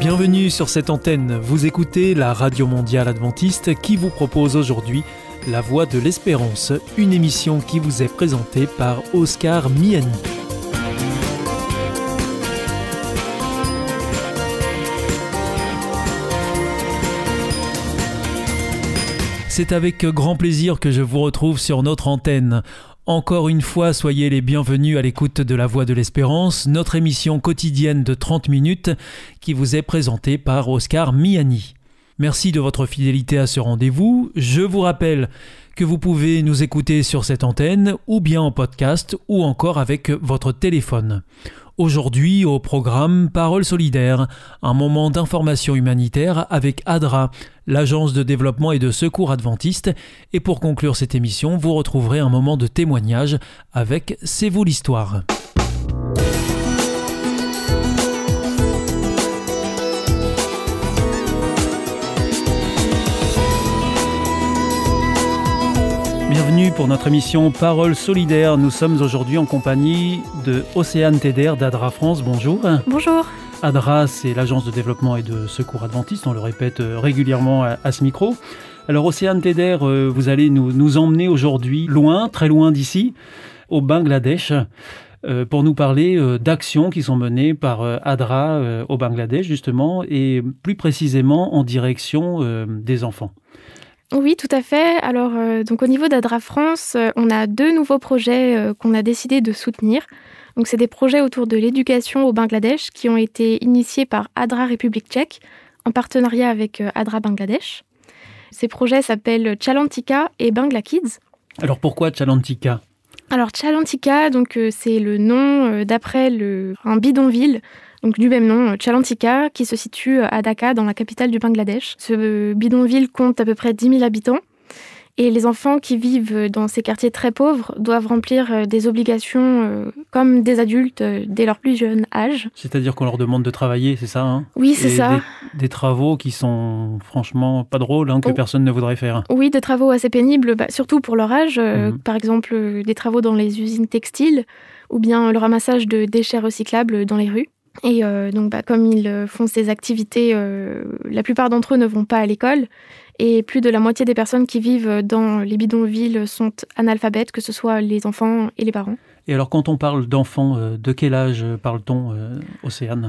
Bienvenue sur cette antenne, vous écoutez la Radio Mondiale Adventiste qui vous propose aujourd'hui La Voix de l'Espérance, une émission qui vous est présentée par Oscar Miani. C'est avec grand plaisir que je vous retrouve sur notre antenne. Encore une fois, soyez les bienvenus à l'écoute de La Voix de l'Espérance, notre émission quotidienne de 30 minutes qui vous est présentée par Oscar Miani. Merci de votre fidélité à ce rendez-vous. Je vous rappelle que vous pouvez nous écouter sur cette antenne ou bien en podcast ou encore avec votre téléphone. Aujourd'hui, au programme Paroles solidaires, un moment d'information humanitaire avec ADRA, l'Agence de développement et de secours adventiste. Et pour conclure cette émission, vous retrouverez un moment de témoignage avec C'est vous l'histoire. Bienvenue pour notre émission Paroles solidaires. Nous sommes aujourd'hui en compagnie de Océane Teder d'ADRA France. Bonjour. Bonjour. ADRA, c'est l'Agence de développement et de secours adventiste. On le répète régulièrement à ce micro. Alors Océane Teder, vous allez nous emmener aujourd'hui loin, très loin d'ici, au Bangladesh, pour nous parler d'actions qui sont menées par ADRA au Bangladesh justement, et plus précisément en direction des enfants. Oui, tout à fait. Alors, donc au niveau d'ADRA France, on a 2 nouveaux projets qu'on a décidé de soutenir. Donc, c'est des projets autour de l'éducation au Bangladesh qui ont été initiés par ADRA République tchèque en partenariat avec ADRA Bangladesh. Ces projets s'appellent Chalantika et Bangla Kids. Alors, pourquoi Chalantika ? Alors, Chalantika, donc, c'est le nom d'après un bidonville donc du même nom, Chalantika, qui se situe à Dhaka, dans la capitale du Bangladesh. Ce bidonville compte à peu près 10 000 habitants. Et les enfants qui vivent dans ces quartiers très pauvres doivent remplir des obligations comme des adultes dès leur plus jeune âge. C'est-à-dire qu'on leur demande de travailler, c'est ça hein ? Oui, c'est ça. Des travaux qui sont franchement pas drôles, que personne ne voudrait faire. Oui, des travaux assez pénibles, surtout pour leur âge. Par exemple, des travaux dans les usines textiles ou bien le ramassage de déchets recyclables dans les rues. Et donc, comme ils font ces activités, la plupart d'entre eux ne vont pas à l'école. Et plus de la moitié des personnes qui vivent dans les bidonvilles sont analphabètes, que ce soit les enfants et les parents. Et alors, quand on parle d'enfants, de quel âge parle-t-on, Océane ?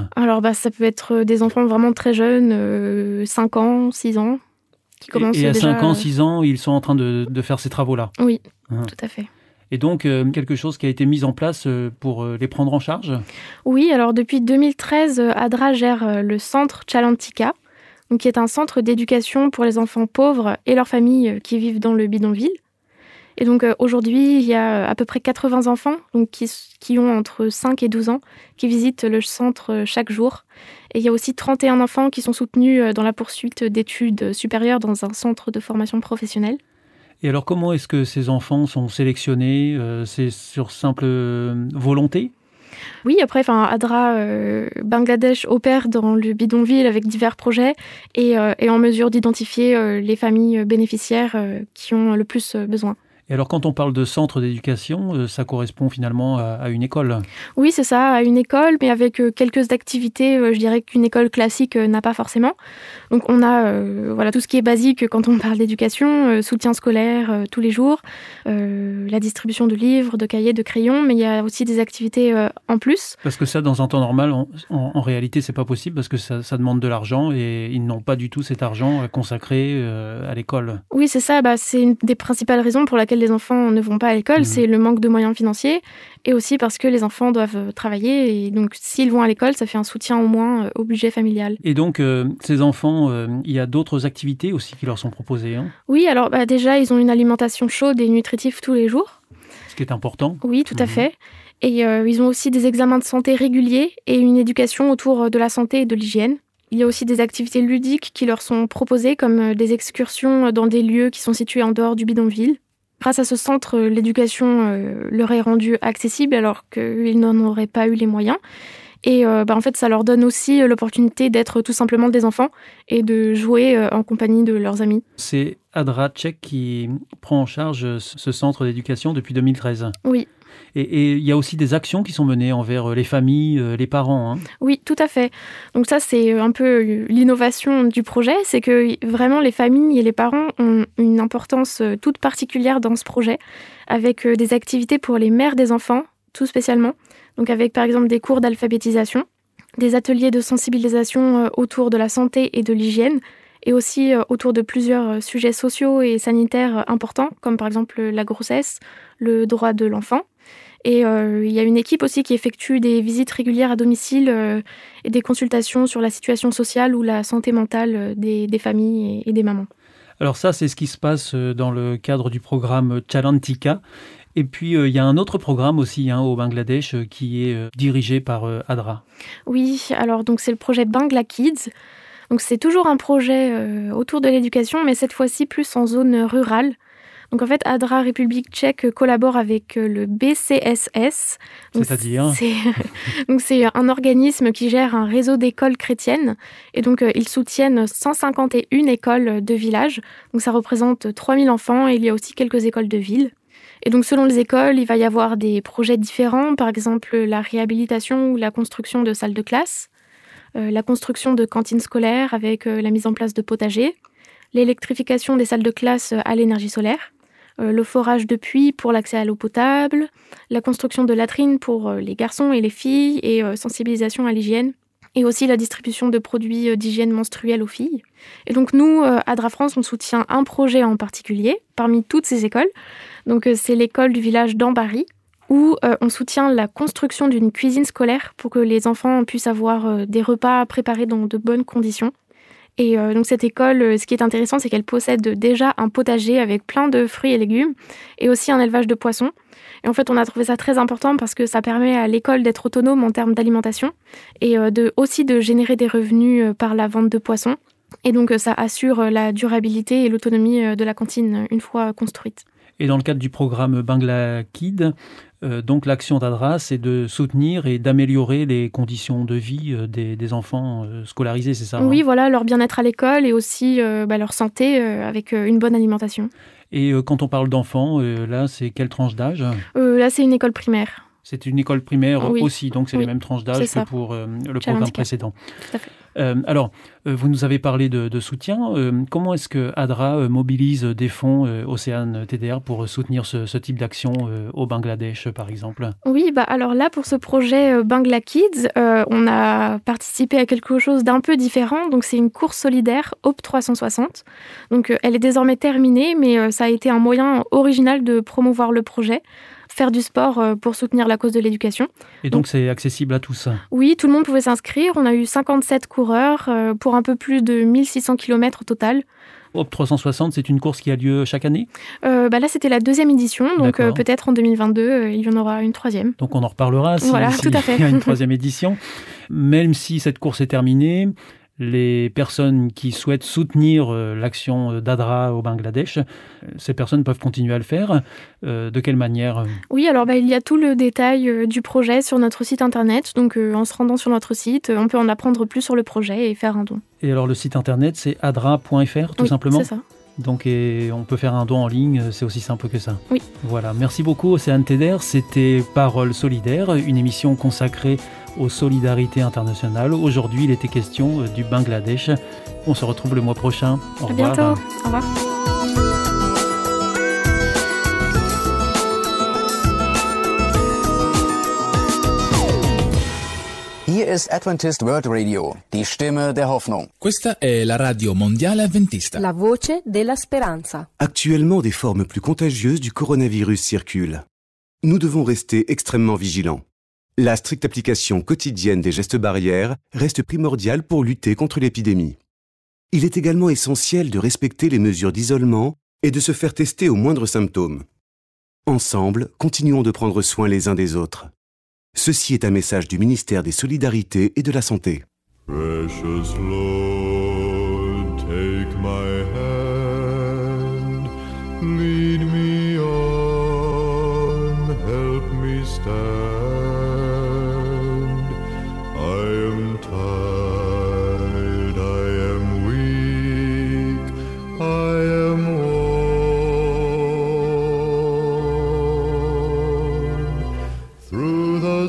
Alors, ça peut être des enfants vraiment très jeunes, 5 ans, 6 ans, qui commencent déjà... Et à 5 ans, 6 ans, ils sont en train de faire ces travaux-là ? Oui, tout à fait. Et donc, quelque chose qui a été mis en place pour les prendre en charge ? Oui, alors depuis 2013, ADRA gère le centre Chalantika, donc qui est un centre d'éducation pour les enfants pauvres et leurs familles qui vivent dans le bidonville. Et donc aujourd'hui, il y a à peu près 80 enfants donc qui ont entre 5 et 12 ans qui visitent le centre chaque jour. Et il y a aussi 31 enfants qui sont soutenus dans la poursuite d'études supérieures dans un centre de formation professionnelle. Et alors, comment est-ce que ces enfants sont sélectionnés ? C'est sur simple volonté ? Oui, après, ADRA Bangladesh opère dans le bidonville avec divers projets et est en mesure d'identifier les familles bénéficiaires qui ont le plus besoin. Et alors, quand on parle de centre d'éducation, ça correspond finalement à une école ? Oui, c'est ça, à une école, mais avec quelques activités, je dirais qu'une école classique n'a pas forcément. Donc, on a tout ce qui est basique quand on parle d'éducation, soutien scolaire tous les jours, la distribution de livres, de cahiers, de crayons, mais il y a aussi des activités en plus. Parce que ça, dans un temps normal, en réalité, c'est pas possible parce que ça demande de l'argent et ils n'ont pas du tout cet argent consacré à l'école. Oui, c'est ça. C'est une des principales raisons pour laquelle les enfants ne vont pas à l'école, c'est le manque de moyens financiers et aussi parce que les enfants doivent travailler et donc s'ils vont à l'école, ça fait un soutien au moins au budget familial. Et donc, ces enfants, il y a d'autres activités aussi qui leur sont proposées Oui, alors déjà, ils ont une alimentation chaude et nutritive tous les jours. Ce qui est important. Oui, tout à fait. Et ils ont aussi des examens de santé réguliers et une éducation autour de la santé et de l'hygiène. Il y a aussi des activités ludiques qui leur sont proposées, comme des excursions dans des lieux qui sont situés en dehors du bidonville. Grâce à ce centre, l'éducation leur est rendue accessible alors qu'ils n'en auraient pas eu les moyens. Et en fait, ça leur donne aussi l'opportunité d'être tout simplement des enfants et de jouer en compagnie de leurs amis. C'est ADRA tchèque qui prend en charge ce centre d'éducation depuis 2013. Oui. Et il y a aussi des actions qui sont menées envers les familles, les parents. Hein. Oui, tout à fait. Donc ça, c'est un peu l'innovation du projet, c'est que vraiment les familles et les parents ont une importance toute particulière dans ce projet, avec des activités pour les mères des enfants, tout spécialement. Donc avec par exemple des cours d'alphabétisation, des ateliers de sensibilisation autour de la santé et de l'hygiène, et aussi autour de plusieurs sujets sociaux et sanitaires importants, comme par exemple la grossesse, le droit de l'enfant. Et il y a une équipe aussi qui effectue des visites régulières à domicile et des consultations sur la situation sociale ou la santé mentale des familles et des mamans. Alors ça, c'est ce qui se passe dans le cadre du programme Chalantika. Et puis, il y a un autre programme aussi au Bangladesh qui est dirigé par ADRA. Oui, alors donc c'est le projet Bangla Kids. Donc c'est toujours un projet autour de l'éducation, mais cette fois-ci plus en zone rurale. Donc en fait, ADRA République tchèque collabore avec le BCSS. Donc c'est-à-dire c'est un organisme qui gère un réseau d'écoles chrétiennes. Et donc ils soutiennent 151 écoles de village. Donc ça représente 3000 enfants et il y a aussi quelques écoles de ville. Et donc selon les écoles, il va y avoir des projets différents, par exemple la réhabilitation ou la construction de salles de classe, la construction de cantines scolaires avec la mise en place de potagers, l'électrification des salles de classe à l'énergie solaire, le forage de puits pour l'accès à l'eau potable, la construction de latrines pour les garçons et les filles et sensibilisation à l'hygiène, et aussi la distribution de produits d'hygiène menstruelle aux filles. Et donc nous, ADRA France, on soutient un projet en particulier parmi toutes ces écoles. Donc c'est l'école du village d'Ambari, où on soutient la construction d'une cuisine scolaire pour que les enfants puissent avoir des repas préparés dans de bonnes conditions. Et donc cette école, ce qui est intéressant, c'est qu'elle possède déjà un potager avec plein de fruits et légumes et aussi un élevage de poissons. Et en fait, on a trouvé ça très important parce que ça permet à l'école d'être autonome en termes d'alimentation et aussi de générer des revenus par la vente de poissons. Et donc ça assure la durabilité et l'autonomie de la cantine une fois construite. Et dans le cadre du programme Bangla Kid, donc l'action d'ADRA, c'est de soutenir et d'améliorer les conditions de vie des enfants scolarisés, c'est ça? Oui, voilà, leur bien-être à l'école et aussi leur santé avec une bonne alimentation. Et quand on parle d'enfants, là, c'est quelle tranche d'âge? Là, c'est une école primaire. C'est une école primaire Oui. aussi, donc c'est les mêmes tranches d'âge que pour le programme précédent. Tout à fait. Alors, vous nous avez parlé de soutien. Comment est-ce que ADRA mobilise des fonds Océane TDR pour soutenir ce type d'action au Bangladesh, par exemple? Oui, alors là, pour ce projet Bangla Kids, on a participé à quelque chose d'un peu différent. Donc, c'est une course solidaire Hope 360. Donc, elle est désormais terminée, mais ça a été un moyen original de promouvoir le projet. Faire du sport pour soutenir la cause de l'éducation. Et donc c'est accessible à tous? Oui, tout le monde pouvait s'inscrire. On a eu 57 coureurs pour un peu plus de 1600 km au total. Hope 360, c'est une course qui a lieu chaque année? Là, c'était la 2e édition, donc peut-être en 2022, il y en aura une 3e. Donc on en reparlera si tout à fait. Il y a une 3e édition. Même si cette course est terminée, les personnes qui souhaitent soutenir l'action d'ADRA au Bangladesh, ces personnes peuvent continuer à le faire. De quelle manière? Oui, alors il y a tout le détail du projet sur notre site internet. Donc en se rendant sur notre site, on peut en apprendre plus sur le projet et faire un don. Et alors le site internet, c'est adra.fr tout simplement? Oui, c'est ça. Donc on peut faire un don en ligne, c'est aussi simple que ça. Oui. Voilà, merci beaucoup Océane TDR. C'était Paroles solidaires, une émission consacrée aux solidarités internationales. Aujourd'hui, il était question du Bangladesh. On se retrouve le mois prochain. Au revoir. À bientôt. Au revoir. Hier ist Adventist World Radio, die Stimme der Hoffnung. Questa è la radio mondiale adventista. La voce della speranza. Actuellement, des formes plus contagieuses du coronavirus circulent. Nous devons rester extrêmement vigilants. La stricte application quotidienne des gestes barrières reste primordiale pour lutter contre l'épidémie. Il est également essentiel de respecter les mesures d'isolement et de se faire tester aux moindres symptômes. Ensemble, continuons de prendre soin les uns des autres. Ceci est un message du ministère des Solidarités et de la Santé. Precious Lord, take my hand, lead me on, help me stand. I am tired, I am weak, I am worn.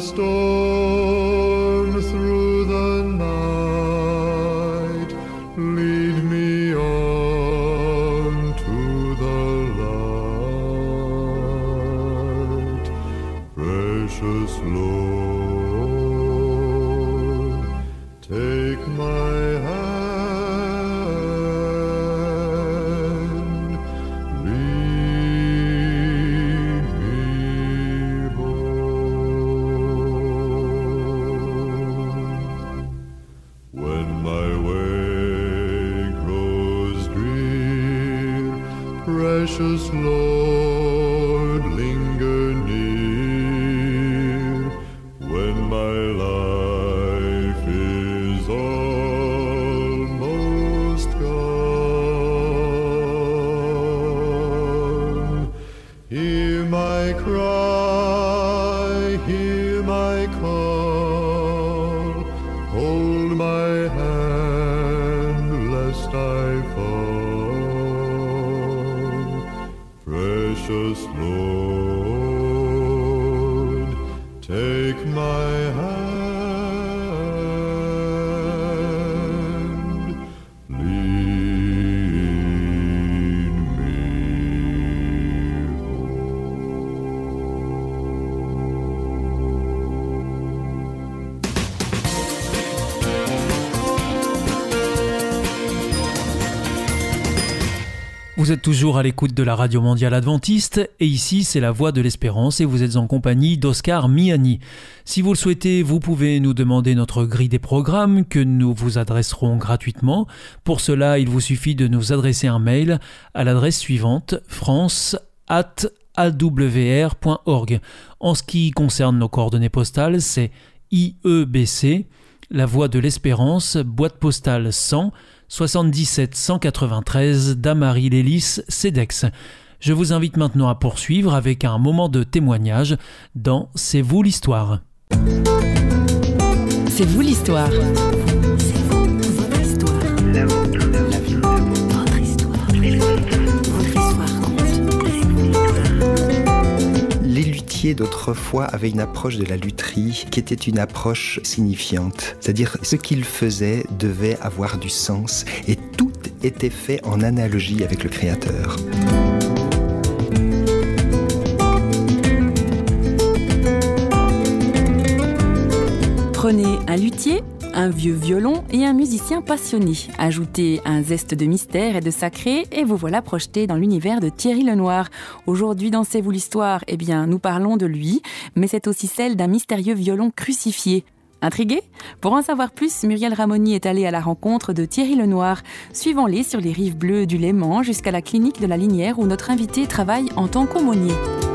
storm through the night, lead me on to the light. Precious Lord, take my hand, lead me home. When my way grows drear, precious Lord, linger near. When my life is almost gone, hear my cry, hear my call, hold my hand lest I fall. Precious Lord, take my hand, lead me Vous êtes toujours à l'écoute de la Radio Mondiale Adventiste et ici c'est la Voix de l'Espérance et vous êtes en compagnie d'Oscar Miani. Si vous le souhaitez, vous pouvez nous demander notre grille des programmes que nous vous adresserons gratuitement. Pour cela, il vous suffit de nous adresser un mail à l'adresse suivante france@awr.org. En ce qui concerne nos coordonnées postales, c'est IEBC, la Voix de l'Espérance, boîte postale 100 77 193 Damary-Lélis, Cedex. Je vous invite maintenant à poursuivre avec un moment de témoignage dans C'est vous l'histoire. C'est vous l'histoire. C'est vous, votre histoire. Votre histoire. Votre histoire. Les luthiers d'autrefois avaient une approche de la lutherie qui était une approche signifiante. C'est-à-dire ce qu'ils faisaient devait avoir du sens et tout était fait en analogie avec le Créateur. Prenez un luthier, un vieux violon et un musicien passionné. Ajoutez un zeste de mystère et de sacré et vous voilà projeté dans l'univers de Thierry Lenoir. Aujourd'hui dans C'est vous l'histoire, nous parlons de lui, mais c'est aussi celle d'un mystérieux violon crucifié. Intrigué ? Pour en savoir plus, Muriel Ramoni est allée à la rencontre de Thierry Lenoir. Suivons-les sur les rives bleues du Léman jusqu'à la clinique de la Linière où notre invité travaille en tant qu'aumônier.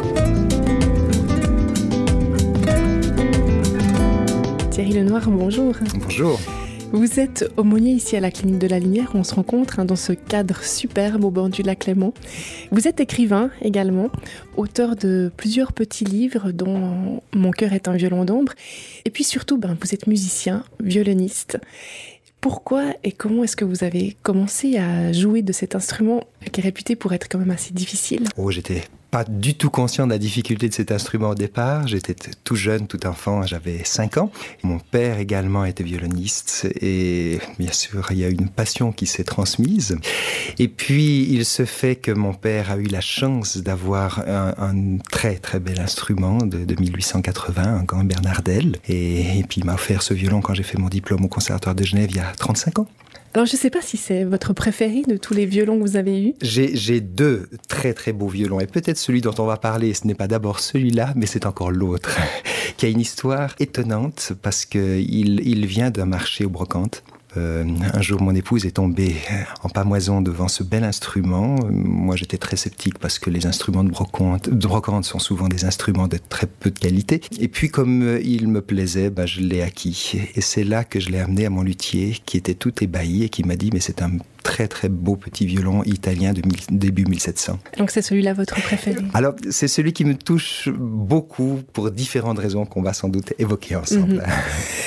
Thierry Lenoir, bonjour. Bonjour. Vous êtes aumônier ici à la clinique de la Linière. On se rencontre dans ce cadre superbe au bord du lac Léman. Vous êtes écrivain également, auteur de plusieurs petits livres dont Mon cœur est un violon d'ombre. Et puis surtout, vous êtes musicien, violoniste. Pourquoi et comment est-ce que vous avez commencé à jouer de cet instrument qui est réputé pour être quand même assez difficile ? J'étais pas du tout conscient de la difficulté de cet instrument au départ. J'étais tout jeune, tout enfant, j'avais 5 ans. Mon père également était violoniste et bien sûr, il y a une passion qui s'est transmise. Et puis, il se fait que mon père a eu la chance d'avoir un très très bel instrument de 1880, un grand Bernardel. Et puis, il m'a offert ce violon quand j'ai fait mon diplôme au Conservatoire de Genève il y a 35 ans. Alors, je ne sais pas si c'est votre préféré de tous les violons que vous avez eus. J'ai 2 très très beaux violons et peut-être celui dont on va parler, ce n'est pas d'abord celui-là, mais c'est encore l'autre, qui a une histoire étonnante parce qu'il vient d'un marché aux brocantes. Un jour, mon épouse est tombée en pamoison devant ce bel instrument. Moi, j'étais très sceptique parce que les instruments de brocante sont souvent des instruments de très peu de qualité. Et puis, comme il me plaisait, je l'ai acquis. Et c'est là que je l'ai amené à mon luthier, qui était tout ébahi et qui m'a dit « mais c'est un très très beau petit violon italien de début 1700. » Donc c'est celui-là votre préféré ? Alors, c'est celui qui me touche beaucoup pour différentes raisons qu'on va sans doute évoquer ensemble.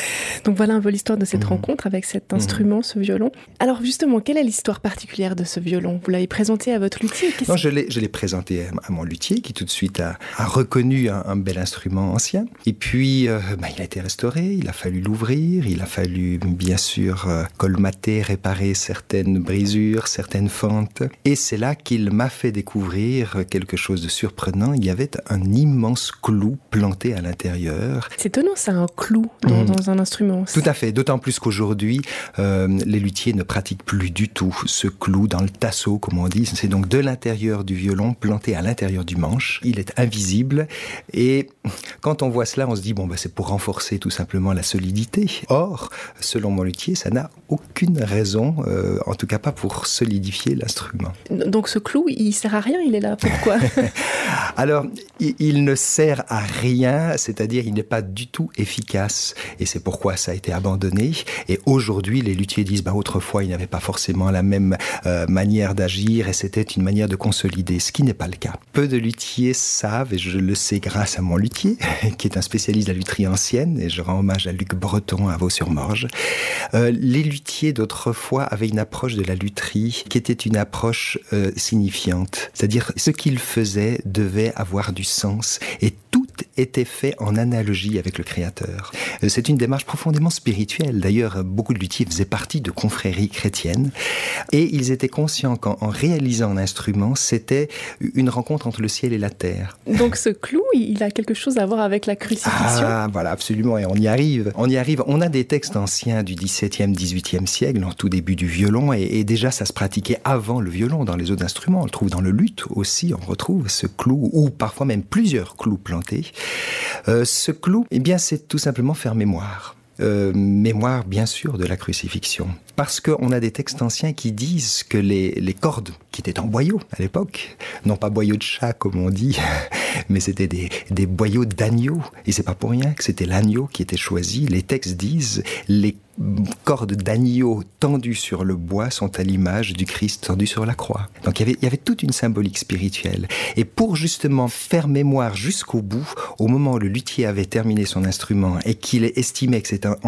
Donc voilà un peu l'histoire de cette rencontre avec cet instrument, ce violon. Alors justement, quelle est l'histoire particulière de ce violon? Vous l'avez présenté à votre luthier? Non, je l'ai présenté à mon luthier qui tout de suite a reconnu un bel instrument ancien. Et puis, il a été restauré, il a fallu l'ouvrir, il a fallu bien sûr colmater, réparer certaines brisures, certaines fentes. Et c'est là qu'il m'a fait découvrir quelque chose de surprenant. Il y avait un immense clou planté à l'intérieur. C'est étonnant ça, un clou dans un instrument. Tout à fait, d'autant plus qu'aujourd'hui, les luthiers ne pratiquent plus du tout ce clou dans le tasseau, comme on dit. C'est donc de l'intérieur du violon, planté à l'intérieur du manche. Il est invisible et quand on voit cela, on se dit, c'est pour renforcer tout simplement la solidité. Or, selon mon luthier, ça n'a aucune raison, en tout cas pas pour solidifier l'instrument. Donc ce clou, il sert à rien, il est là, pourquoi? Alors, il ne sert à rien, c'est-à-dire il n'est pas du tout efficace. Et c'est pourquoi ça a été abandonné. Et aujourd'hui, les luthiers disent, autrefois, il n'y avait pas forcément la même manière d'agir et c'était une manière de consolider, ce qui n'est pas le cas. Peu de luthiers savent, et je le sais grâce à mon luthier, qui est un spécialiste de la lutherie ancienne, et je rends hommage à Luc Breton à Vaux-sur-Morge. Les luthiers d'autrefois avaient une approche de la lutherie qui était une approche signifiante. C'est-à-dire, ce qu'ils faisaient devait avoir du sens et tout était fait en analogie avec le Créateur. C'est une démarche profondément spirituelle. D'ailleurs, beaucoup de luthiers faisaient partie de confréries chrétiennes et ils étaient conscients qu'en réalisant un instrument, c'était une rencontre entre le ciel et la terre. Donc ce clou, il a quelque chose à voir avec la crucifixion? Ah, voilà, absolument, et on y arrive. On a des textes anciens du XVIIe, XVIIIe siècle, en tout début du violon, et déjà ça se pratiquait avant le violon dans les autres instruments. On le trouve dans le luth aussi, on retrouve ce clou, ou parfois même plusieurs clous plantés. Ce clou, c'est tout simplement faire mémoire. Mémoire, bien sûr, de la crucifixion. Parce qu'on a des textes anciens qui disent que les cordes, qui étaient en boyaux à l'époque, non pas boyaux de chat comme on dit, mais c'était des boyaux d'agneau. Et c'est pas pour rien que c'était l'agneau qui était choisi. Les textes disent les cordes d'agneau tendues sur le bois sont à l'image du Christ tendu sur la croix. Donc il y avait toute une symbolique spirituelle. Et pour justement faire mémoire jusqu'au bout, au moment où le luthier avait terminé son instrument et qu'il estimait que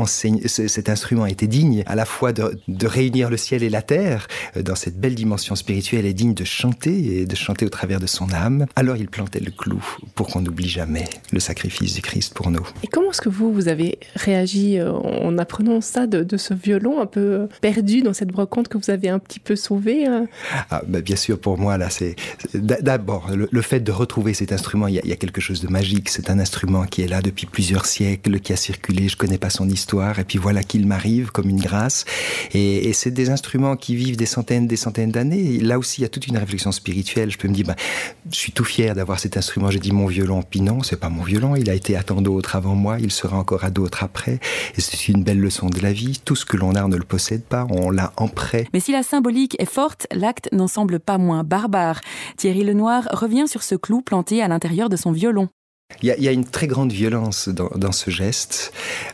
cet instrument était digne à la fois de réunir le ciel et la terre dans cette belle dimension spirituelle et digne de chanter et de chanter au travers de son âme, alors il plantait le clou pour qu'on n'oublie jamais le sacrifice du Christ pour nous. Et comment est-ce que vous avez réagi en apprenant ça de ce violon un peu perdu dans cette brocante que vous avez un petit peu sauvé? Bien sûr, pour moi, là, c'est d'abord le fait de retrouver cet instrument. Il y a quelque chose de magique. C'est un instrument qui est là depuis plusieurs siècles, qui a circulé. Je connais pas son histoire, et puis voilà qu'il m'arrive comme une grâce. Et c'est des instruments qui vivent des centaines d'années. Et là aussi, il y a toute une réflexion spirituelle. Je peux me dire, je suis tout fier d'avoir cet instrument. J'ai dit mon violon, puis non, c'est pas mon violon. Il a été à tant d'autres avant moi. Il sera encore à d'autres après. Et c'est une belle leçon de la vie. Tout ce que l'on a, on ne le possède pas. On l'a en prêt. Mais si la symbolique est forte, l'acte n'en semble pas moins barbare. Thierry Lenoir revient sur ce clou planté à l'intérieur de son violon. Il y a une très grande violence dans ce geste.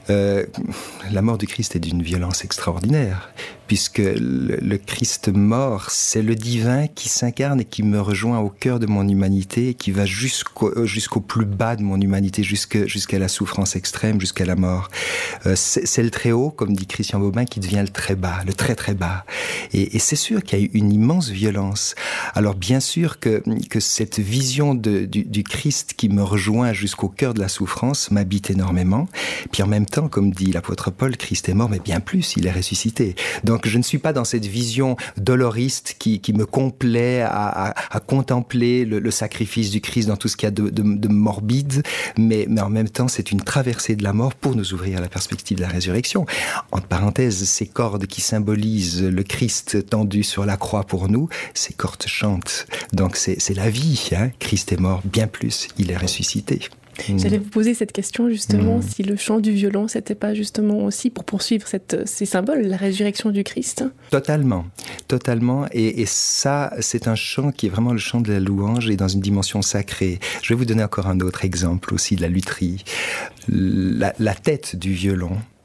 La mort du Christ est d'une violence extraordinaire, puisque le Christ mort, c'est le divin qui s'incarne et qui me rejoint au cœur de mon humanité, qui va jusqu'au plus bas de mon humanité, jusqu'à la souffrance extrême, jusqu'à la mort. C'est le très haut, comme dit Christian Bobin, qui devient le très bas, le très très bas. Et c'est sûr qu'il y a eu une immense violence. Alors bien sûr que cette vision du Christ qui me rejoint jusqu'au cœur de la souffrance m'habite énormément. Puis en même temps, comme dit l'apôtre Paul, Christ est mort, mais bien plus, il est ressuscité. Donc je ne suis pas dans cette vision doloriste qui me complaît à contempler le sacrifice du Christ dans tout ce qu'il y a de morbide, mais en même temps, c'est une traversée de la mort pour nous ouvrir à la perspective de la résurrection. Entre parenthèses, ces cordes qui symbolisent le Christ tendu sur la croix pour nous, ces cordes chantent. Donc c'est la vie, hein. Christ est mort, bien plus, il est ressuscité. J'allais vous poser cette question justement, si le chant du violon, c'était pas justement aussi pour poursuivre ces symboles, la résurrection du Christ? Totalement. Et ça, c'est un chant qui est vraiment le chant de la louange et dans une dimension sacrée. Je vais vous donner encore un autre exemple aussi de la lutherie. La tête du violon,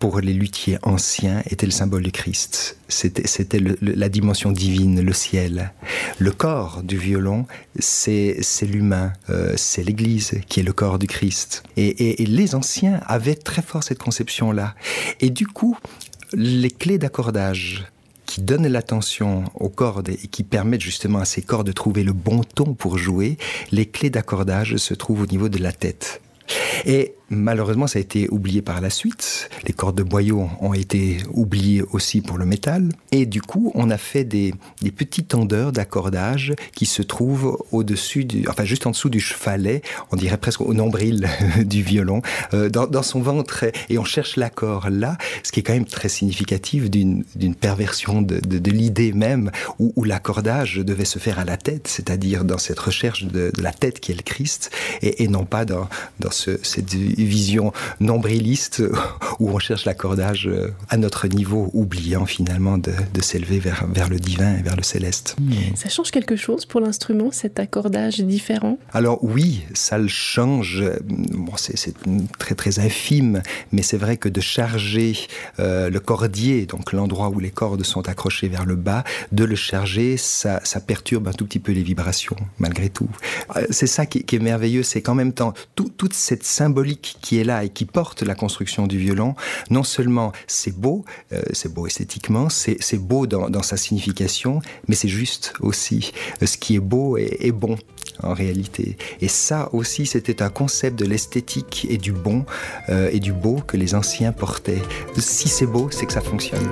pour les luthiers anciens, était le symbole du Christ. C'était la dimension divine, le ciel. Le corps du violon, c'est l'humain, c'est l'Église qui est le corps du Christ. Et les anciens avaient très fort cette conception-là. Et du coup, les clés d'accordage qui donnent l'attention aux cordes et qui permettent justement à ces cordes de trouver le bon ton pour jouer, les clés d'accordage se trouvent au niveau de la tête. Et malheureusement, ça a été oublié par la suite. Les cordes de boyau ont été oubliées aussi pour le métal. Et du coup, on a fait des petits tendeurs d'accordage qui se trouvent au-dessus, juste en dessous du chevalet, on dirait presque au nombril du violon, dans son ventre. Et on cherche l'accord là, ce qui est quand même très significatif d'une perversion de l'idée même, où l'accordage devait se faire à la tête, c'est-à-dire dans cette recherche de la tête qui est le Christ, et non pas dans cette vision nombriliste où on cherche l'accordage à notre niveau, oubliant finalement de s'élever vers le divin et vers le céleste. Ça change quelque chose pour l'instrument, cet accordage différent? Alors oui, ça le change. Bon, c'est très très infime, mais c'est vrai que de charger le cordier, donc l'endroit où les cordes sont accrochées vers le bas, de le charger, ça perturbe un tout petit peu les vibrations, malgré tout. C'est ça qui est merveilleux, c'est qu'en même temps, toute cette symbolique qui est là et qui porte la construction du violon, non seulement c'est beau esthétiquement, c'est beau dans sa signification, mais c'est juste aussi. Ce qui est beau est bon en réalité. Et ça aussi, c'était un concept de l'esthétique et du bon et du beau que les anciens portaient. Si c'est beau, c'est que ça fonctionne.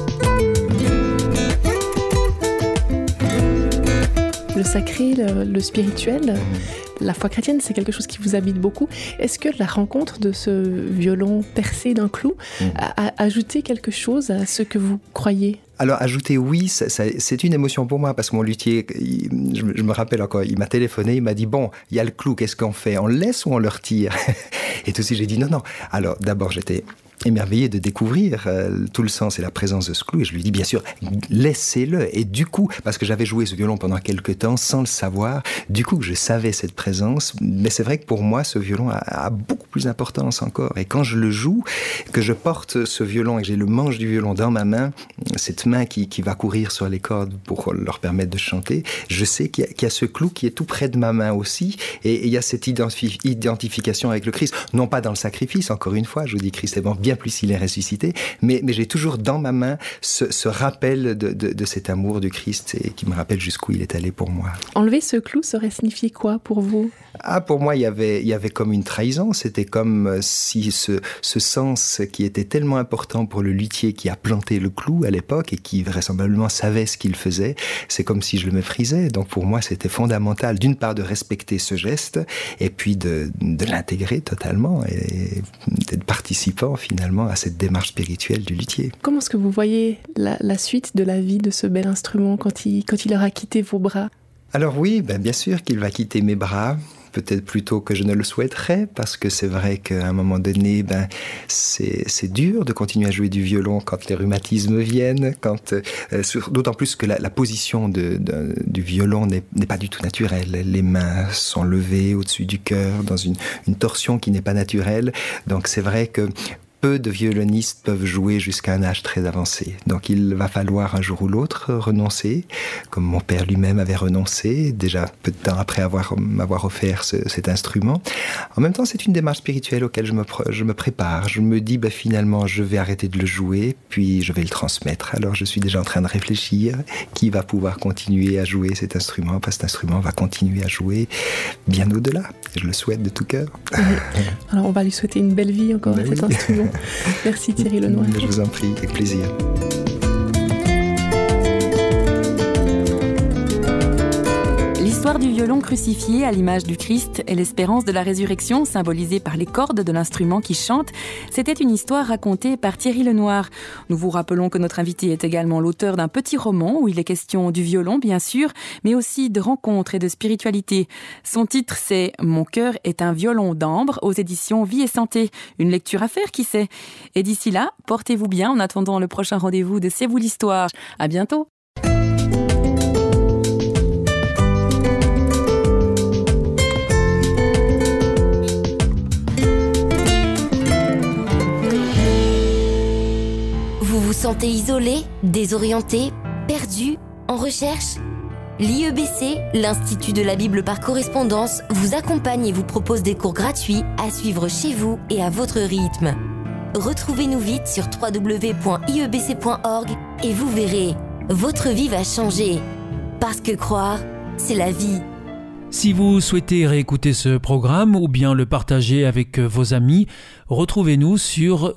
Le sacré, le spirituel, la foi chrétienne, c'est quelque chose qui vous habite beaucoup. Est-ce que la rencontre de ce violon percé d'un clou a ajouté quelque chose à ce que vous croyez ? Alors, ajouter, oui, c'est une émotion pour moi, parce que mon luthier, je me rappelle encore, il m'a téléphoné, il m'a dit, bon, il y a le clou, qu'est-ce qu'on fait? On le laisse ou on le retire? Et tout de suite, j'ai dit non. Alors, d'abord, j'étais émerveillé de découvrir tout le sens et la présence de ce clou, et je lui dis bien sûr laissez-le. Et du coup, parce que j'avais joué ce violon pendant quelques temps sans le savoir, du coup je savais cette présence, mais c'est vrai que pour moi ce violon a beaucoup plus d'importance encore. Et quand je le joue, que je porte ce violon et que j'ai le manche du violon dans ma main, cette main qui va courir sur les cordes pour leur permettre de chanter, je sais qu'il y a ce clou qui est tout près de ma main aussi, et il y a cette identification avec le Christ, non pas dans le sacrifice, encore une fois, je vous dis Christ est bon, bien plus s'il est ressuscité, mais j'ai toujours dans ma main ce rappel de cet amour du Christ et qui me rappelle jusqu'où il est allé pour moi. Enlever ce clou, ça aurait signifié quoi pour vous ? Pour moi, il y avait comme une trahison. C'était comme si ce sens qui était tellement important pour le luthier qui a planté le clou à l'époque et qui vraisemblablement savait ce qu'il faisait, c'est comme si je le méprisais. Donc pour moi, c'était fondamental d'une part de respecter ce geste et puis de l'intégrer totalement et d'être participant finalement à cette démarche spirituelle du luthier. Comment est-ce que vous voyez la suite de la vie de ce bel instrument quand il aura quitté vos bras ? Alors oui, bien sûr qu'il va quitter mes bras, peut-être plus tôt que je ne le souhaiterais, parce que c'est vrai qu'à un moment donné, c'est dur de continuer à jouer du violon quand les rhumatismes viennent, d'autant plus que la position du violon n'est pas du tout naturelle. Les mains sont levées au-dessus du cœur, dans une torsion qui n'est pas naturelle. Donc c'est vrai que peu de violonistes peuvent jouer jusqu'à un âge très avancé. Donc il va falloir un jour ou l'autre renoncer, comme mon père lui-même avait renoncé, déjà peu de temps après m'avoir offert cet instrument. En même temps, c'est une démarche spirituelle auquel je me prépare. Je me dis, finalement, je vais arrêter de le jouer, puis je vais le transmettre. Alors je suis déjà en train de réfléchir qui va pouvoir continuer à jouer cet instrument, parce que cet instrument va continuer à jouer bien au-delà. Je le souhaite de tout cœur. Alors on va lui souhaiter une belle vie encore à cet instrument. Merci Thierry Lenoir. Je vous en prie, avec plaisir. L'histoire du violon crucifié à l'image du Christ et l'espérance de la résurrection symbolisée par les cordes de l'instrument qui chante, c'était une histoire racontée par Thierry Lenoir. Nous vous rappelons que notre invité est également l'auteur d'un petit roman où il est question du violon bien sûr, mais aussi de rencontres et de spiritualité. Son titre c'est « Mon cœur est un violon d'ambre » aux éditions Vie et Santé. Une lecture à faire, qui sait. Et d'ici là, portez-vous bien en attendant le prochain rendez-vous de C'est vous l'histoire. À bientôt. sentez isolé, désorienté, perdu, en recherche ? L'IEBC, l'Institut de la Bible par correspondance, vous accompagne et vous propose des cours gratuits à suivre chez vous et à votre rythme. Retrouvez-nous vite sur www.iebc.org et vous verrez, votre vie va changer. Parce que croire, c'est la vie. Si vous souhaitez réécouter ce programme ou bien le partager avec vos amis, retrouvez-nous sur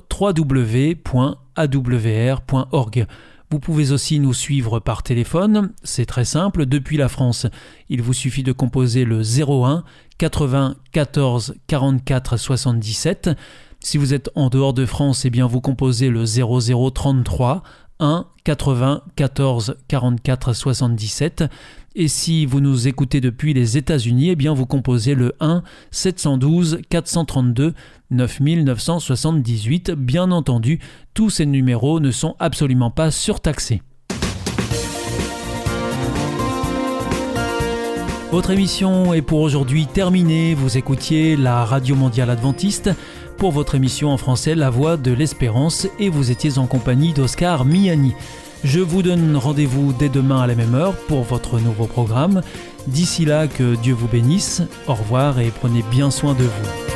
www.awr.org. Vous pouvez aussi nous suivre par téléphone, c'est très simple, depuis la France. Il vous suffit de composer le 01 80 14 44 77. Si vous êtes en dehors de France, eh bien vous composez le 00 33 1 80 14 44 77. Et si vous nous écoutez depuis les États-Unis, eh bien vous composez le 1 712 432 9978. Bien entendu, tous ces numéros ne sont absolument pas surtaxés. Votre émission est pour aujourd'hui terminée. Vous écoutiez la Radio Mondiale Adventiste pour votre émission en français La Voix de l'Espérance et vous étiez en compagnie d'Oscar Miani. Je vous donne rendez-vous dès demain à la même heure pour votre nouveau programme. D'ici là, que Dieu vous bénisse. Au revoir et prenez bien soin de vous.